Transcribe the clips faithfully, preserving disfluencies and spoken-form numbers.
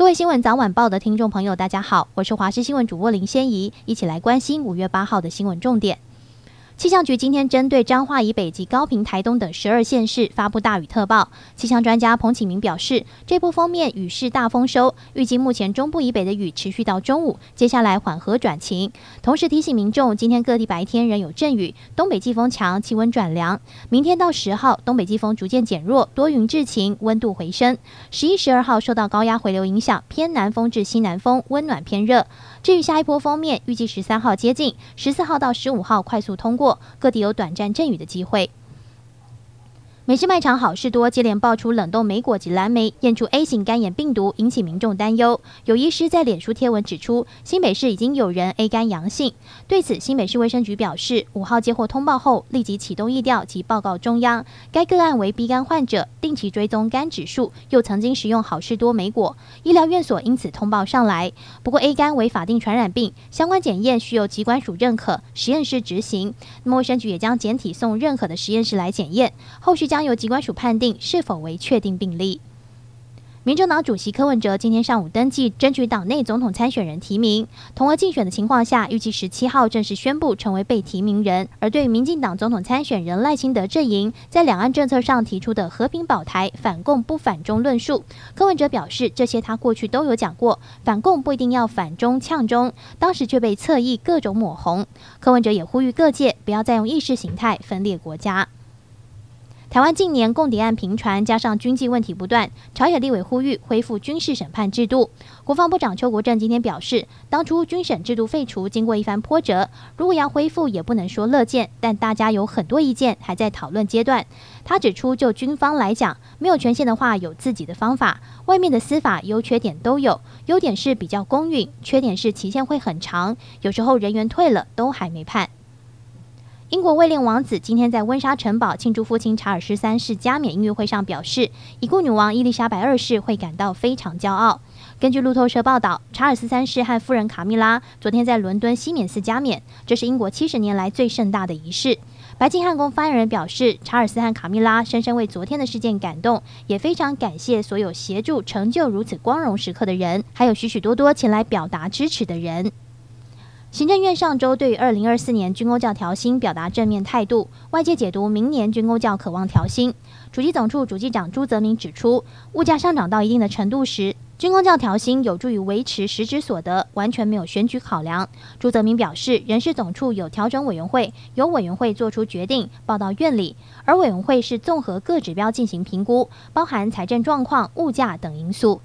各位新闻早晚报的听众朋友大家好，我是华视新闻主播林仙怡，一起来关心五月八号的新闻重点。气象局今天针对彰化以北及高屏、台东等十二县市发布大雨特报。气象专家彭启明表示，这波锋面雨势大丰收，预计目前中部以北的雨持续到中午，接下来缓和转晴。同时提醒民众，今天各地白天仍有阵雨，东北季风强，气温转凉。明天到十号，东北季风逐渐减弱，多云至晴，温度回升。十一、十二号受到高压回流影响，偏南风至西南风，温暖偏热。至于下一波锋面，预计十三号接近，十四号到十五号快速通过，各地有短暂阵雨的机会。美式卖场好事多接连爆出冷冻莓果及蓝莓验出 A 型肝炎病毒，引起民众担忧。有医师在脸书贴文指出，新北市已经有人 A 肝阳性。对此，新北市卫生局表示，五号接获通报后，立即启动疫调及报告中央。该个案为 B 肝患者，定期追踪肝指数，又曾经食用好事多莓果，医疗院所因此通报上来。不过 A 肝为法定传染病，相关检验需由疾管署认可，实验室执行。那么卫生局也将检体送认可的实验室来检验，后续将由疾管署判定是否为确定病例。民众党主席柯文哲今天上午登记争取党内总统参选人提名，同额竞选的情况下，预计十七号正式宣布成为被提名人。而对于民进党总统参选人赖清德阵营在两岸政策上提出的和平保台、反共不反中论述，柯文哲表示，这些他过去都有讲过，反共不一定要反中呛中，当时却被侧翼各种抹红。柯文哲也呼吁各界不要再用意识形态分裂国家。台湾近年共谍案频传，加上军纪问题不断，朝野立委呼吁恢复军事审判制度。国防部长邱国正今天表示，当初军审制度废除，经过一番波折，如果要恢复，也不能说乐见，但大家有很多意见，还在讨论阶段。他指出，就军方来讲，没有权限的话，有自己的方法。外面的司法优缺点都有，优点是比较公允，缺点是期限会很长，有时候人员退了都还没判。英国威廉王子今天在温莎城堡庆祝父亲查尔斯三世加冕音乐会上表示，已故女王伊丽莎白二世会感到非常骄傲。根据路透社报道，查尔斯三世和夫人卡米拉昨天在伦敦西敏寺加冕，这是英国七十年来最盛大的仪式。白金汉宫发言人表示，查尔斯和卡米拉深深为昨天的事件感动，也非常感谢所有协助成就如此光荣时刻的人，还有许许多多前来表达支持的人。行政院上周对于二零二四年军公教调薪表达正面态度，外界解读明年军公教渴望调薪。主计总处主计长朱泽民指出，物价上涨到一定的程度时，军公教调薪有助于维持实质所得，完全没有选举考量。朱泽民表示，人事总处有调整委员会，由委员会做出决定，报到院里，而委员会是综合各指标进行评估，包含财政状况、物价等因素。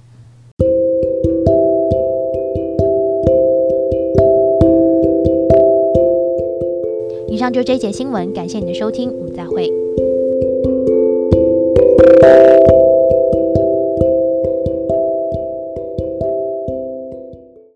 以上就是这一节新闻，感谢你的收听，我们再会。